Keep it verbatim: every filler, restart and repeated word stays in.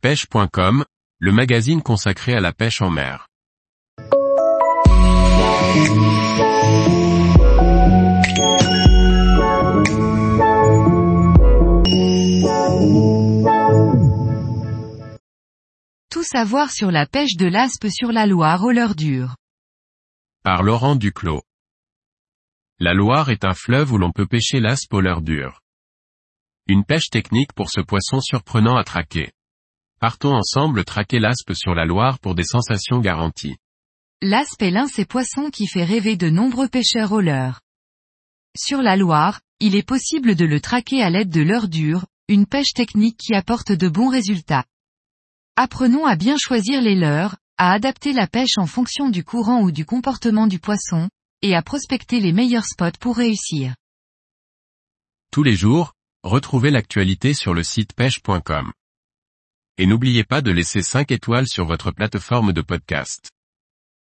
pêche point com, le magazine consacré à la pêche en mer. Tout savoir sur la pêche de l'aspe sur la Loire au leurre dur. Par Laurent Duclos. La Loire est un fleuve où l'on peut pêcher l'aspe au leurre dur. Une pêche technique pour ce poisson surprenant à traquer. Partons ensemble traquer l'aspe sur la Loire pour des sensations garanties. L'aspe est l'un de ces poissons qui fait rêver de nombreux pêcheurs au leurre. Sur la Loire, il est possible de le traquer à l'aide de leurre dur, une pêche technique qui apporte de bons résultats. Apprenons à bien choisir les leurres, à adapter la pêche en fonction du courant ou du comportement du poisson, et à prospecter les meilleurs spots pour réussir. Tous les jours, retrouvez l'actualité sur le site pêche point com. Et n'oubliez pas de laisser cinq étoiles sur votre plateforme de podcast.